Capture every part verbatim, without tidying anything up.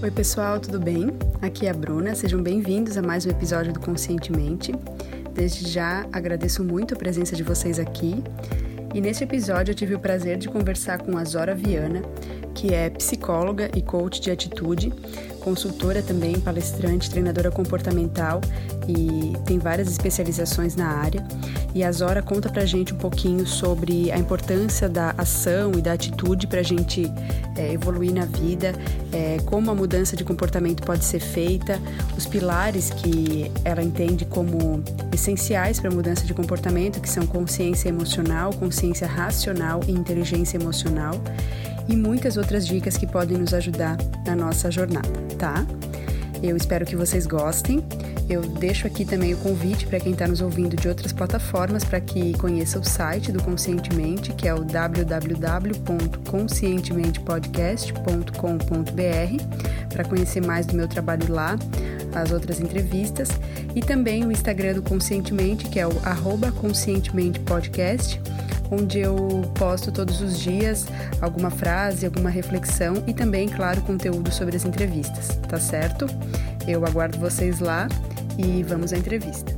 Oi pessoal, tudo bem? Aqui é a Bruna, sejam bem-vindos a mais um episódio do Conscientemente. Desde já agradeço muito a presença de vocês aqui e neste episódio eu tive o prazer de conversar com a Zora Viana, que é psicóloga e coach de atitude, consultora também, palestrante, treinadora comportamental e tem várias especializações na área. E a Zora conta pra gente um pouquinho sobre a importância da ação e da atitude pra gente é, evoluir na vida, é, como a mudança de comportamento pode ser feita, os pilares que ela entende como essenciais para a mudança de comportamento, que são consciência emocional, consciência racional e inteligência emocional, e muitas outras dicas que podem nos ajudar na nossa jornada, tá? Eu espero que vocês gostem. Eu deixo aqui também o convite para quem está nos ouvindo de outras plataformas para que conheça o site do Conscientemente, que é o w w w ponto conscientemente podcast ponto com ponto b r, para conhecer mais do meu trabalho lá, as outras entrevistas, e também o Instagram do Conscientemente, que é o arroba conscientementepodcast, onde eu posto todos os dias alguma frase, alguma reflexão e também, claro, conteúdo sobre as entrevistas, tá certo? Eu aguardo vocês lá e vamos à entrevista.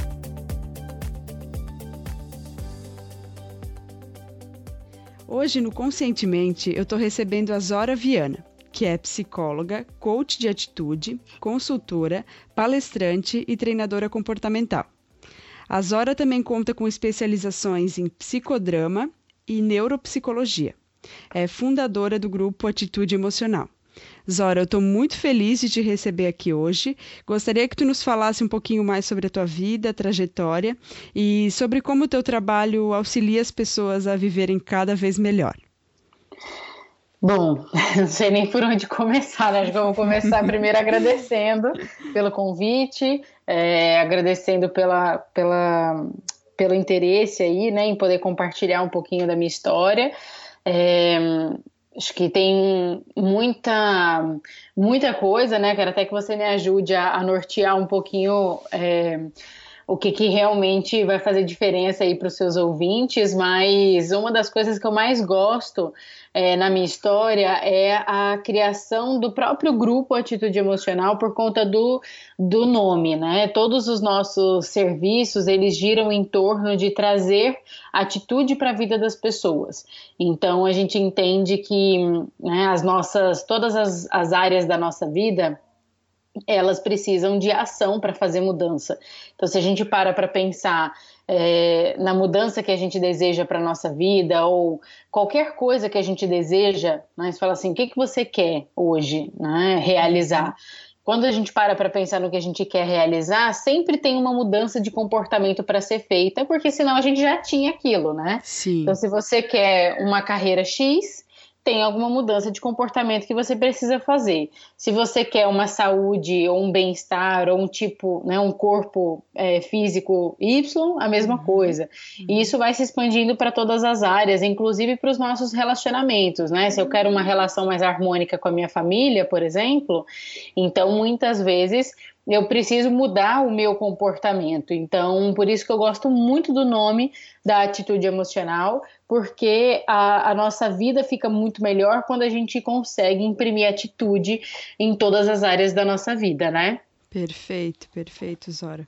Hoje no Conscientemente eu tô recebendo a Zora Viana, que é psicóloga, coach de atitude, consultora, palestrante e treinadora comportamental. A Zora também conta com especializações em psicodrama e neuropsicologia. É fundadora do grupo Atitude Emocional. Zora, eu estou muito feliz de te receber aqui hoje. Gostaria que tu nos falasse um pouquinho mais sobre a tua vida, trajetória e sobre como o teu trabalho auxilia as pessoas a viverem cada vez melhor. Bom, não sei nem por onde começar, né? Acho que eu vou começar primeiro agradecendo pelo convite, é, agradecendo pela, pela, pelo interesse aí, né, em poder compartilhar um pouquinho da minha história. É, acho que tem muita, muita coisa, né? Quero até que você me ajude a, a nortear um pouquinho é, o que, que realmente vai fazer diferença aí para os seus ouvintes, mas uma das coisas que eu mais gosto É, na minha história é a criação do próprio grupo Atitude Emocional por conta do, do nome, né? Todos os nossos serviços, eles giram em torno de trazer atitude para a vida das pessoas. Então, a gente entende que né, as nossas, todas as, as áreas da nossa vida, elas precisam de ação para fazer mudança. Então, se a gente para para pensar é, na mudança que a gente deseja para a nossa vida, ou qualquer coisa que a gente deseja, né, você fala assim, o que, que você quer hoje né, realizar? Quando a gente para para pensar no que a gente quer realizar, sempre tem uma mudança de comportamento para ser feita, porque senão a gente já tinha aquilo, né? Sim. Então, se você quer uma carreira X, tem alguma mudança de comportamento que você precisa fazer. Se você quer uma saúde ou um bem-estar ou um tipo, né, um corpo é, físico Y, a mesma uhum. coisa. Uhum. E isso vai se expandindo para todas as áreas, inclusive para os nossos relacionamentos, né? Se eu quero uma relação mais harmônica com a minha família, por exemplo, então muitas vezes eu preciso mudar o meu comportamento. Então, por isso que eu gosto muito do nome da atitude emocional, porque a, a nossa vida fica muito melhor quando a gente consegue imprimir atitude em todas as áreas da nossa vida, né? Perfeito, perfeito, Zora.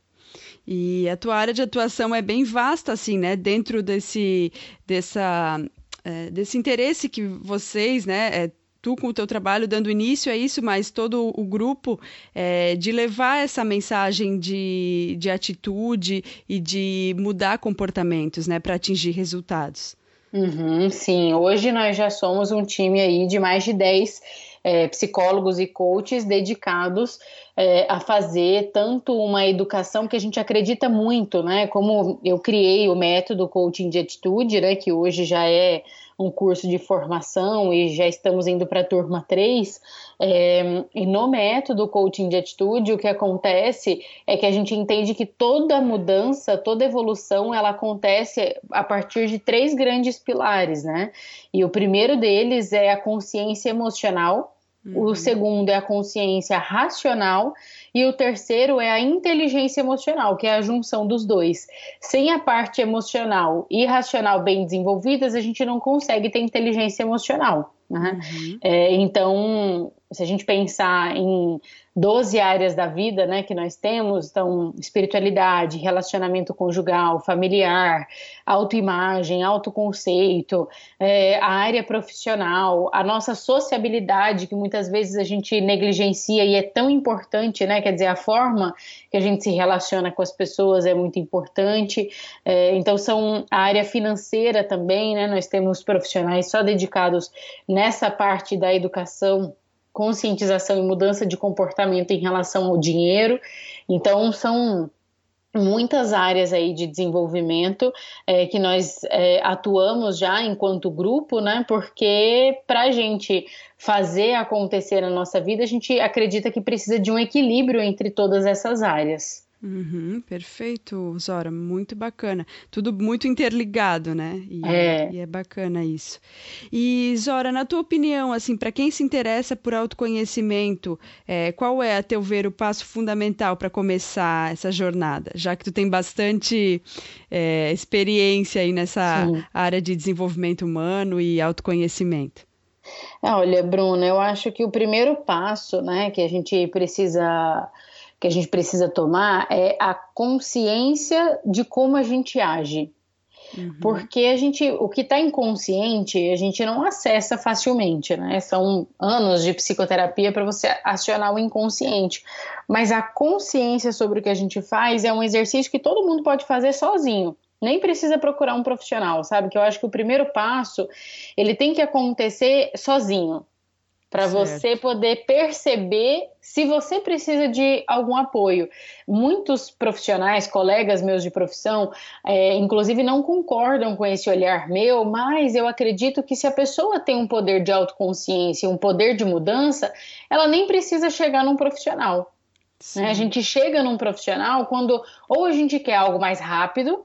E a tua área de atuação é bem vasta, assim, né? Dentro desse, dessa, é, desse interesse que vocês, né? É, tu com o teu trabalho dando início a isso, mas todo o grupo é, de levar essa mensagem de, de atitude e de mudar comportamentos, né? Para atingir resultados. Uhum, sim, hoje nós já somos um time aí de mais de dez é, psicólogos e coaches dedicados é, a fazer tanto uma educação que a gente acredita muito, né? Como eu criei o método Coaching de Atitude, né? Que hoje já é um curso de formação e já estamos indo para a turma três, é, e no método Coaching de Atitude o que acontece é que a gente entende que toda mudança, toda evolução, ela acontece a partir de três grandes pilares, né? E o primeiro deles é a consciência emocional, uhum. O segundo é a consciência racional e o terceiro é a inteligência emocional, que é a junção dos dois. Sem a parte emocional e racional bem desenvolvidas, a gente não consegue ter inteligência emocional, né? Uhum. É, então, se a gente pensar em doze áreas da vida, né, que nós temos, então, espiritualidade, relacionamento conjugal, familiar, autoimagem, autoconceito, é, a área profissional, a nossa sociabilidade, que muitas vezes a gente negligencia e é tão importante, né, quer dizer, a forma que a gente se relaciona com as pessoas é muito importante, é, então são a área financeira também, né, nós temos profissionais só dedicados nessa parte da educação, conscientização e mudança de comportamento em relação ao dinheiro. Então são muitas áreas aí de desenvolvimento é, que nós é, atuamos já enquanto grupo, né? Porque para a gente fazer acontecer na nossa vida, a gente acredita que precisa de um equilíbrio entre todas essas áreas. Uhum, perfeito, Zora, muito bacana. Tudo muito interligado, né? E É. e é bacana isso. E, Zora, na tua opinião, assim, para quem se interessa por autoconhecimento, é, qual é, a teu ver, o passo fundamental para começar essa jornada? Já que tu tem bastante é, experiência aí nessa Sim. área de desenvolvimento humano e autoconhecimento. Ah, olha, Bruna, eu acho que o primeiro passo, né, que a gente precisa que a gente precisa tomar é a consciência de como a gente age. Uhum. Porque a gente, o que está inconsciente, a gente não acessa facilmente, né? São anos de psicoterapia para você acionar o inconsciente. Mas a consciência sobre o que a gente faz é um exercício que todo mundo pode fazer sozinho. Nem precisa procurar um profissional, sabe? Que eu acho que o primeiro passo, ele tem que acontecer sozinho. Para você poder perceber se você precisa de algum apoio. Muitos profissionais, colegas meus de profissão, é, inclusive não concordam com esse olhar meu, mas eu acredito que se a pessoa tem um poder de autoconsciência, um poder de mudança, ela nem precisa chegar num profissional. Né? A gente chega num profissional quando ou a gente quer algo mais rápido,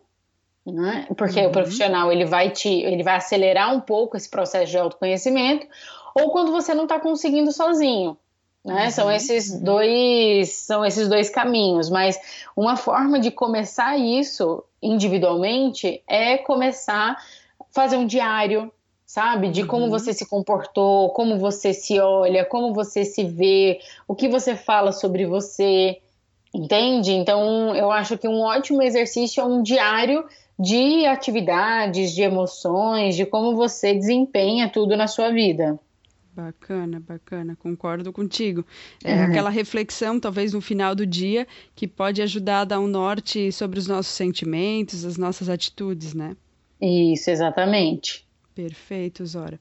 né? Porque uhum. o profissional ele vai, te, ele vai acelerar um pouco esse processo de autoconhecimento, ou quando você não está conseguindo sozinho, né? Uhum, são esses uhum. dois, são esses dois caminhos, mas uma forma de começar isso individualmente é começar a fazer um diário, sabe? De como uhum. você se comportou, como você se olha, como você se vê, o que você fala sobre você, entende? Então, eu acho que um ótimo exercício é um diário de atividades, de emoções, de como você desempenha tudo na sua vida. Bacana, bacana, concordo contigo. É uhum. aquela reflexão, talvez no final do dia, que pode ajudar a dar um norte sobre os nossos sentimentos, as nossas atitudes, né? Isso, exatamente. Perfeito, Zora.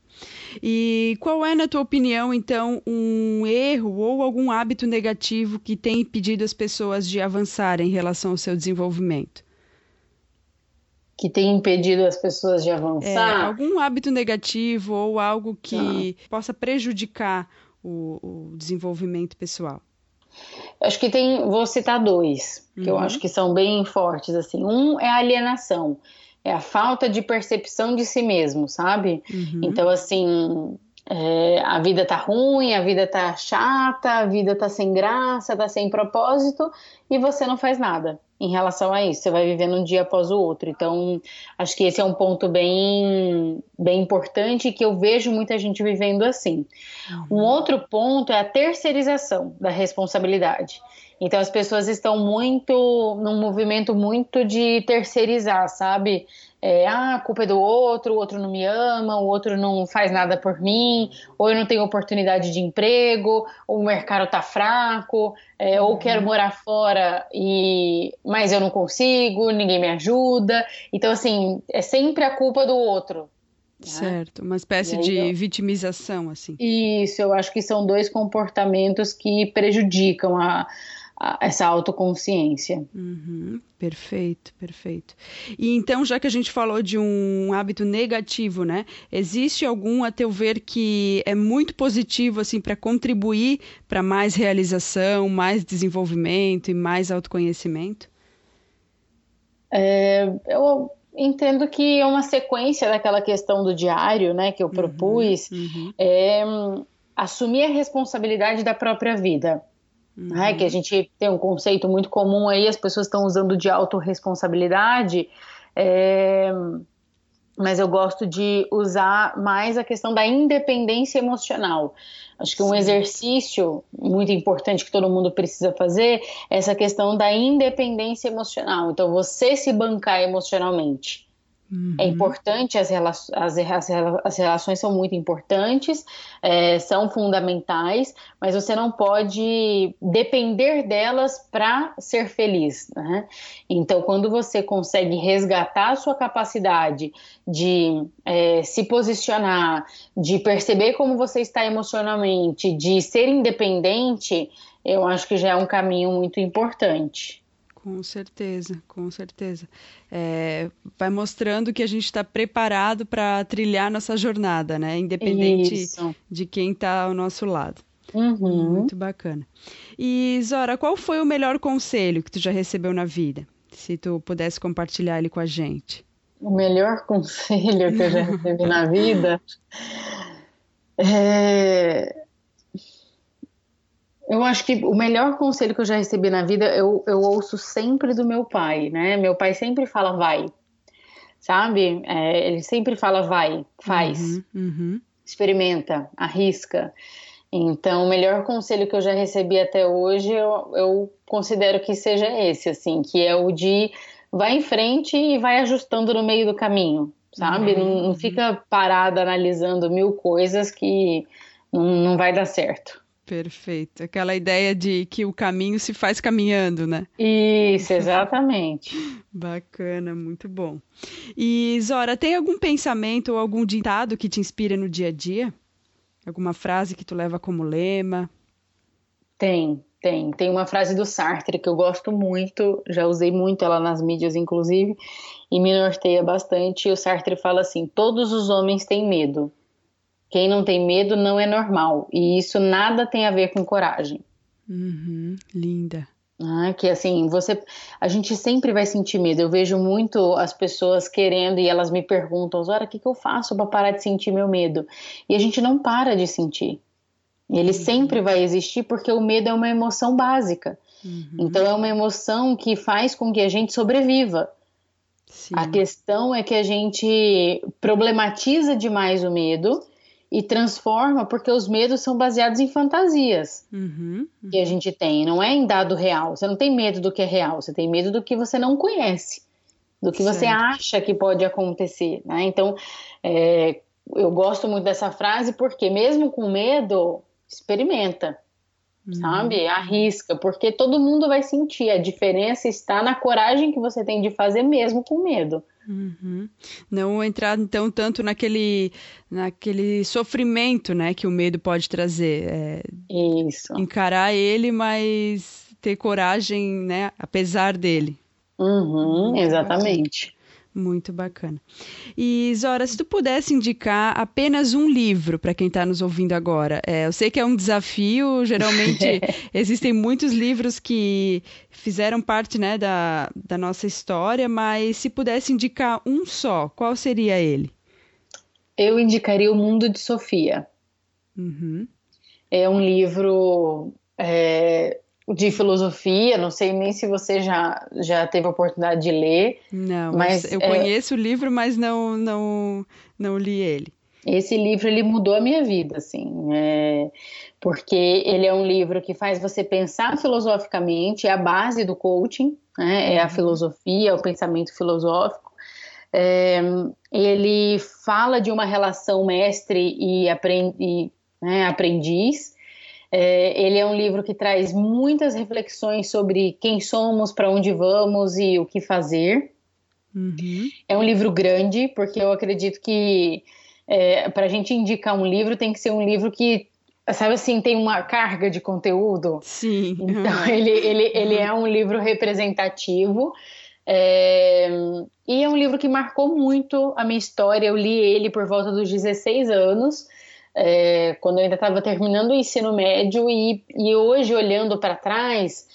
E qual é, na tua opinião, então, um erro ou algum hábito negativo que tem impedido as pessoas de avançarem em relação ao seu desenvolvimento? Que tem impedido as pessoas de avançar? É, algum hábito negativo ou algo que ah. possa prejudicar o, o desenvolvimento pessoal? Acho que tem, vou citar dois, que uhum. eu acho que são bem fortes, assim. Um é a alienação, é a falta de percepção de si mesmo, sabe? Uhum. Então, assim, é, a vida tá ruim, a vida tá chata, a vida tá sem graça, tá sem propósito, e você não faz nada em relação a isso, você vai vivendo um dia após o outro. Então, acho que esse é um ponto bem, bem importante que eu vejo muita gente vivendo assim. Uhum. Um outro ponto é a terceirização da responsabilidade. Então, as pessoas estão muito, num movimento muito de terceirizar, sabe? É, ah, a culpa é do outro, o outro não me ama, o outro não faz nada por mim, ou eu não tenho oportunidade de emprego, ou o mercado tá fraco, é, ou quero morar fora, e... mas eu não consigo, ninguém me ajuda. Então, assim, é sempre a culpa do outro. Certo, né? Uma espécie de eu... vitimização, assim. Isso, eu acho que são dois comportamentos que prejudicam a... essa autoconsciência. Uhum, perfeito, perfeito. E então, já que a gente falou de um hábito negativo, né? Existe algum, a teu ver, que é muito positivo, assim, para contribuir para mais realização, mais desenvolvimento e mais autoconhecimento? É, eu entendo que é uma sequência daquela questão do diário, né, que eu propus, uhum, uhum. É assumir a responsabilidade da própria vida. Uhum. Né, que a gente tem um conceito muito comum aí, as pessoas estão usando de autorresponsabilidade, é, mas eu gosto de usar mais a questão da independência emocional. Acho que um Sim. exercício muito importante que todo mundo precisa fazer é essa questão da independência emocional. Então, você se bancar emocionalmente. Uhum. É importante, as, rela as, as, as relações são muito importantes, é, são fundamentais, mas você não pode depender delas para ser feliz, né? Então, quando você consegue resgatar a sua capacidade de é, se posicionar, de perceber como você está emocionalmente, de ser independente, eu acho que já é um caminho muito importante. Com certeza, com certeza. É, vai mostrando que a gente está preparado para trilhar nossa jornada, né? Independente Isso. de quem está ao nosso lado. Uhum. Muito bacana. E, Zora, qual foi o melhor conselho que tu já recebeu na vida? Se tu pudesse compartilhar ele com a gente. O melhor conselho que eu já recebi na vida é... Eu acho que o melhor conselho que eu já recebi na vida, eu, eu ouço sempre do meu pai, né? Meu pai sempre fala vai, sabe? É, ele sempre fala vai, faz, Uhum, uhum. experimenta, arrisca. Então, o melhor conselho que eu já recebi até hoje, eu, eu considero que seja esse, assim, que é o de vai em frente e vai ajustando no meio do caminho, sabe? Uhum, Não, não uhum. fica parada analisando mil coisas que não, não vai dar certo. Perfeito. Aquela ideia de que o caminho se faz caminhando, né? Isso, exatamente. Bacana, muito bom. E, Zora, tem algum pensamento ou algum ditado que te inspira no dia a dia? Alguma frase que tu leva como lema? Tem, tem. Tem uma frase do Sartre que eu gosto muito, já usei muito ela nas mídias, inclusive, e me norteia bastante. E o Sartre fala assim: todos os homens têm medo. Quem não tem medo não é normal. E isso nada tem a ver com coragem. Uhum, linda. Ah, que assim, você, a gente sempre vai sentir medo. Eu vejo muito as pessoas querendo e elas me perguntam: Zora, o que que eu faço para parar de sentir meu medo? E a gente não para de sentir. Ele sempre vai existir porque o medo é uma emoção básica. Uhum, Então é uma emoção que faz com que a gente sobreviva. A sim. questão é que a gente problematiza demais o medo e transforma, porque os medos são baseados em fantasias Uhum, que a uhum. gente tem, não é em dado real. Você não tem medo do que é real, você tem medo do que você não conhece, do que você Certo. acha que pode acontecer, né? Então, é, eu gosto muito dessa frase porque mesmo com medo, experimenta, Uhum. sabe? Arrisca, porque todo mundo vai sentir. A diferença está na coragem que você tem de fazer mesmo com medo. Uhum. Não entrar então tanto naquele, naquele sofrimento, né, que o medo pode trazer. É, Isso. encarar ele, mas ter coragem, né, apesar dele. Uhum, Muito bacana, exatamente. muito bacana. E Zora, se tu pudesse indicar apenas um livro para quem está nos ouvindo agora, é, eu sei que é um desafio, geralmente existem muitos livros que fizeram parte, né, da, da nossa história, mas se pudesse indicar um só, qual seria ele? Eu indicaria O Mundo de Sofia. Uhum. É um livro é, de filosofia, não sei nem se você já, já teve a oportunidade de ler, Não, eu, mas eu é, conheço o livro, mas não, não, não li ele. esse livro ele mudou a minha vida, assim, é, porque ele é um livro que faz você pensar filosoficamente, é a base do coaching, né, é a Uhum. filosofia, é o pensamento filosófico. É, ele fala de uma relação mestre e, apren e, né, aprendiz. É, ele é um livro que traz muitas reflexões sobre quem somos, para onde vamos e o que fazer. Uhum. É um livro grande, porque eu acredito que é, para a gente indicar um livro tem que ser um livro que, sabe assim, tem uma carga de conteúdo. Sim. Então, Uhum. ele, ele, ele é um livro representativo. É, e é um livro que marcou muito a minha história. Eu li ele por volta dos dezesseis anos, é, quando eu ainda estava terminando o ensino médio, e, e hoje, olhando para trás,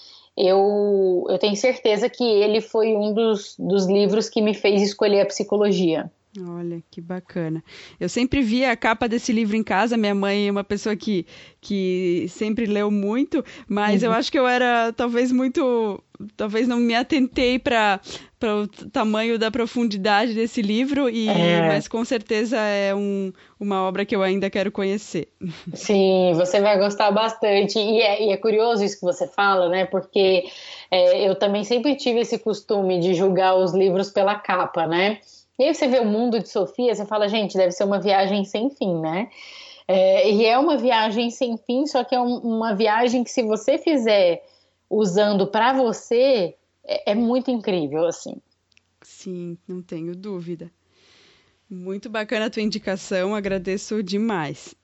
eu, eu tenho certeza que ele foi um dos, dos livros que me fez escolher a psicologia. Olha, que bacana. Eu sempre via a capa desse livro em casa. Minha mãe é uma pessoa que, que sempre leu muito, mas eu Uhum. acho que eu era talvez muito talvez não me atentei para para o tamanho da profundidade desse livro, e, é. mas com certeza é um, uma obra que eu ainda quero conhecer. Sim, você vai gostar bastante. E é, e é curioso isso que você fala, né? Porque é, eu também sempre tive esse costume de julgar os livros pela capa, né? E aí você vê o mundo de Sofia, você fala, gente, deve ser uma viagem sem fim, né? É, e é uma viagem sem fim, só que é um, uma viagem que, se você fizer usando para você, é, é muito incrível, assim. Sim, não tenho dúvida. Muito bacana a tua indicação, agradeço demais.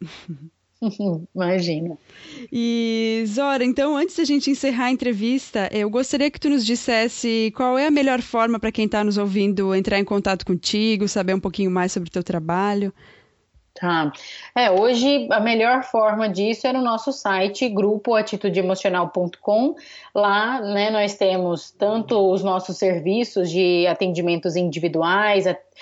Imagina. E, Zora, então, antes da gente encerrar a entrevista, eu gostaria que tu nos dissesse qual é a melhor forma para quem está nos ouvindo entrar em contato contigo, saber um pouquinho mais sobre o teu trabalho. Tá. É, hoje a melhor forma disso é no nosso site, grupo atitude emocional ponto com. Lá, né, nós temos tanto os nossos serviços de atendimentos individuais,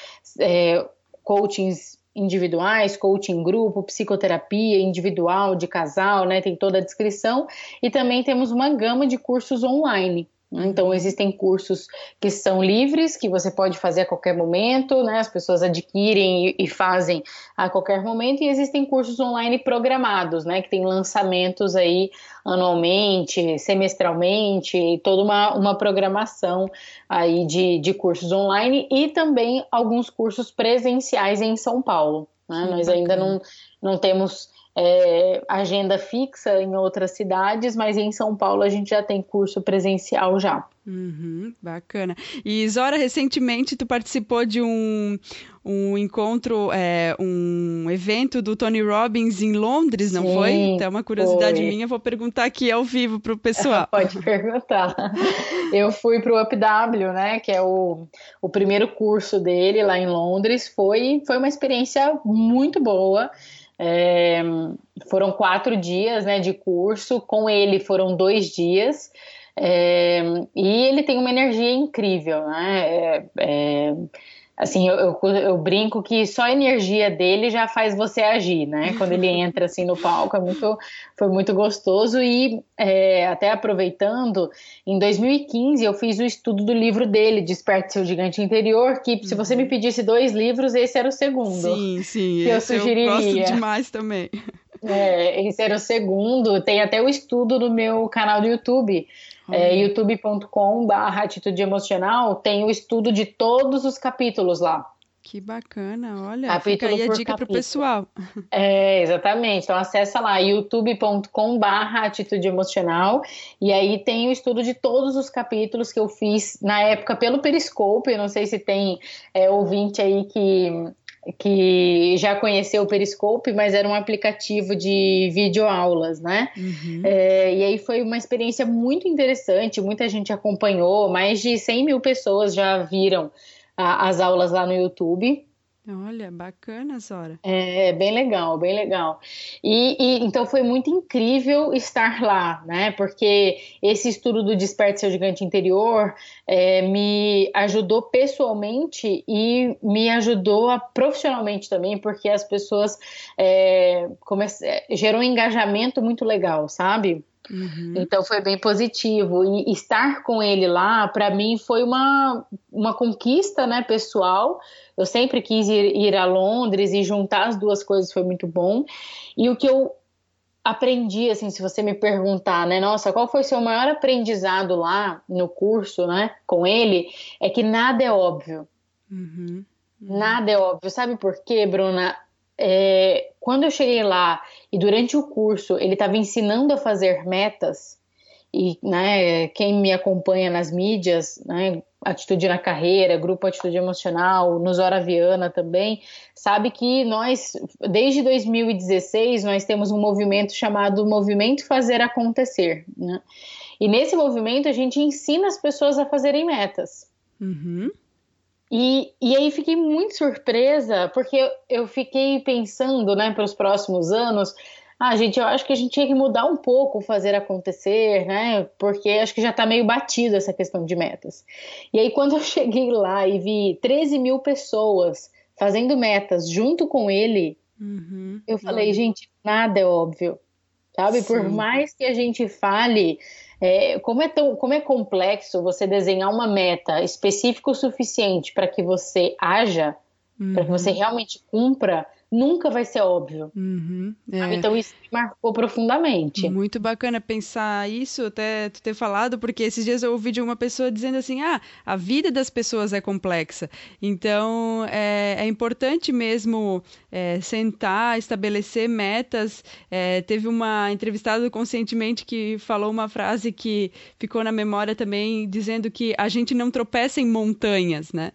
é, coachings individuais, coaching grupo, psicoterapia individual, de casal, né, tem toda a descrição, e também temos uma gama de cursos online. Então, existem cursos que são livres, que você pode fazer a qualquer momento, né? As pessoas adquirem e fazem a qualquer momento, e existem cursos online programados, né? Que tem lançamentos aí anualmente, semestralmente, toda uma, uma programação aí de, de cursos online, e também alguns cursos presenciais em São Paulo, né? Sim, Nós bacana. ainda não, não temos... É, agenda fixa em outras cidades, mas em São Paulo a gente já tem curso presencial já. Uhum, bacana. E, Zora, recentemente tu participou de um, um encontro, é, um evento do Tony Robbins em Londres, não Sim, foi? Então, uma curiosidade foi. minha, vou perguntar aqui ao vivo para o pessoal. Pode perguntar. Eu fui para o U P W, né, que é o, o primeiro curso dele lá em Londres. Foi, foi uma experiência muito boa. É, foram quatro dias, né, de curso. Com ele foram dois dias. É, e ele tem uma energia incrível, né? É, é, assim, eu, eu, eu brinco que só a energia dele já faz você agir, né? Quando ele entra assim no palco, é muito, foi muito gostoso. E é, até aproveitando, em dois mil e quinze eu fiz o estudo do livro dele, Desperte Seu Gigante Interior, que se você me pedisse dois livros, esse era o segundo. Sim, sim, que eu esse sugeriria. eu gosto demais também. É, esse era o segundo. Tem até o estudo no meu canal do YouTube. É, youtube ponto com barra atitude emocional, tem o estudo de todos os capítulos lá. Que bacana, olha, capítulo fica aí a por dica para o capítulo. pessoal. É, exatamente, então acessa lá, youtube ponto com barra atitude emocional, e aí tem o estudo de todos os capítulos que eu fiz na época pelo Periscope. Eu não sei se tem é, ouvinte aí que... que já conheceu o Periscope, mas era um aplicativo de videoaulas, né? Uhum. É, e aí foi uma experiência muito interessante, muita gente acompanhou, mais de cem mil pessoas já viram a, as aulas lá no YouTube. Olha, bacana, Zora. É, bem legal, bem legal. E, e então foi muito incrível estar lá, né? Porque esse estudo do Desperte Seu Gigante Interior é, me ajudou pessoalmente e me ajudou a, profissionalmente também, porque as pessoas é, comece... gerou um engajamento muito legal, sabe? Uhum. Então foi bem positivo, e estar com ele lá para mim foi uma, uma conquista, né, pessoal. Eu sempre quis ir, ir a Londres, e juntar as duas coisas foi muito bom. E o que eu aprendi, assim, se você me perguntar, né, nossa, qual foi o seu maior aprendizado lá no curso, né, com ele, é que nada é óbvio. Uhum. Uhum. Nada é óbvio. Sabe por quê, Bruna? É, quando eu cheguei lá e durante o curso ele estava ensinando a fazer metas, e, né, quem me acompanha nas mídias, né, Atitude na Carreira, Grupo Atitude Emocional, no Zora Viana também, sabe que nós, desde dois mil e dezesseis, nós temos um movimento chamado Movimento Fazer Acontecer, né? E nesse movimento a gente ensina as pessoas a fazerem metas. Uhum. E, e aí fiquei muito surpresa, porque eu, eu fiquei pensando, né, para os próximos anos, ah, gente, eu acho que a gente tinha que mudar um pouco, fazer acontecer, né, porque acho que já está meio batido essa questão de metas. E aí quando eu cheguei lá e vi treze mil pessoas fazendo metas junto com ele, Uhum. eu falei, Olha. gente, nada é óbvio. sabe? Sim. Por mais que a gente fale, é, como, é tão, como é complexo você desenhar uma meta específica o suficiente para que você haja, uhum. para que você realmente cumpra, nunca vai ser óbvio. Uhum, é. Então isso me marcou profundamente. Muito bacana pensar isso, até tu ter falado, porque esses dias eu ouvi de uma pessoa dizendo assim, ah, a vida das pessoas é complexa, então é, é importante mesmo é, sentar, estabelecer metas. É, teve uma entrevistada do Conscientemente que falou uma frase que ficou na memória também, dizendo que a gente não tropeça em montanhas, né?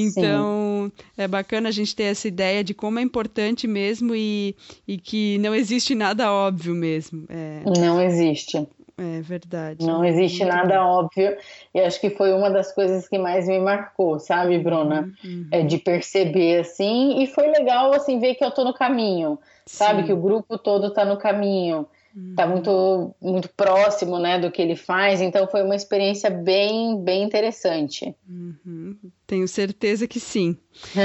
Então Sim. é bacana a gente ter essa ideia de como é importante mesmo e, e que não existe nada óbvio mesmo. É... Não existe. É verdade. Não existe Muito nada bom. óbvio. E acho que foi uma das coisas que mais me marcou, sabe, Bruna? Uhum, uhum. É de perceber, assim. E foi legal, assim, ver que eu tô no caminho. Sim. Sabe? Que o grupo todo tá no caminho. Uhum. Tá muito, muito próximo, né, do que ele faz. Então foi uma experiência bem, bem interessante. Uhum. Tenho certeza que sim.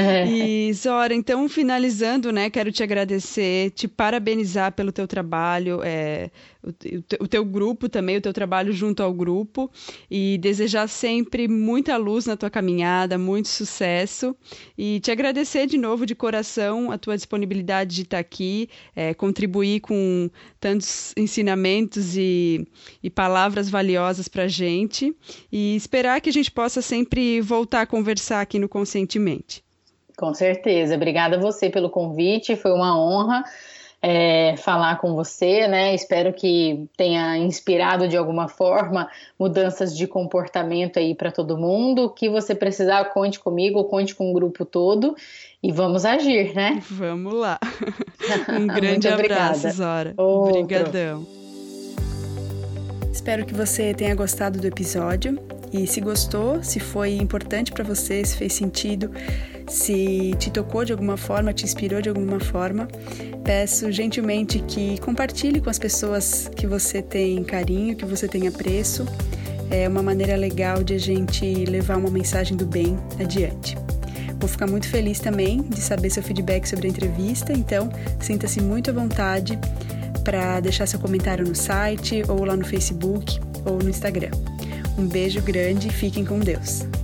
E Zora, então finalizando, né, quero te agradecer, te parabenizar pelo teu trabalho, é, o, o teu grupo também, o teu trabalho junto ao grupo, e desejar sempre muita luz na tua caminhada, muito sucesso, e te agradecer de novo de coração a tua disponibilidade de estar aqui, é, contribuir com tantos ensinamentos e, e palavras valiosas para a gente, e esperar que a gente possa sempre voltar a conversar aqui no Conscientemente. Com certeza. Obrigada a você pelo convite, foi uma honra é, falar com você, né? Espero que tenha inspirado de alguma forma mudanças de comportamento aí para todo mundo. O que você precisar, conte comigo, conte com o grupo todo e vamos agir, né? Vamos lá. Um grande abraço, Zora. Obrigadão. Espero que você tenha gostado do episódio. E se gostou, se foi importante para você, se fez sentido, se te tocou de alguma forma, te inspirou de alguma forma, peço gentilmente que compartilhe com as pessoas que você tem carinho, que você tem apreço. É uma maneira legal de a gente levar uma mensagem do bem adiante. Vou ficar muito feliz também de saber seu feedback sobre a entrevista, então sinta-se muito à vontade para deixar seu comentário no site, ou lá no Facebook, ou no Instagram. Um beijo grande e fiquem com Deus.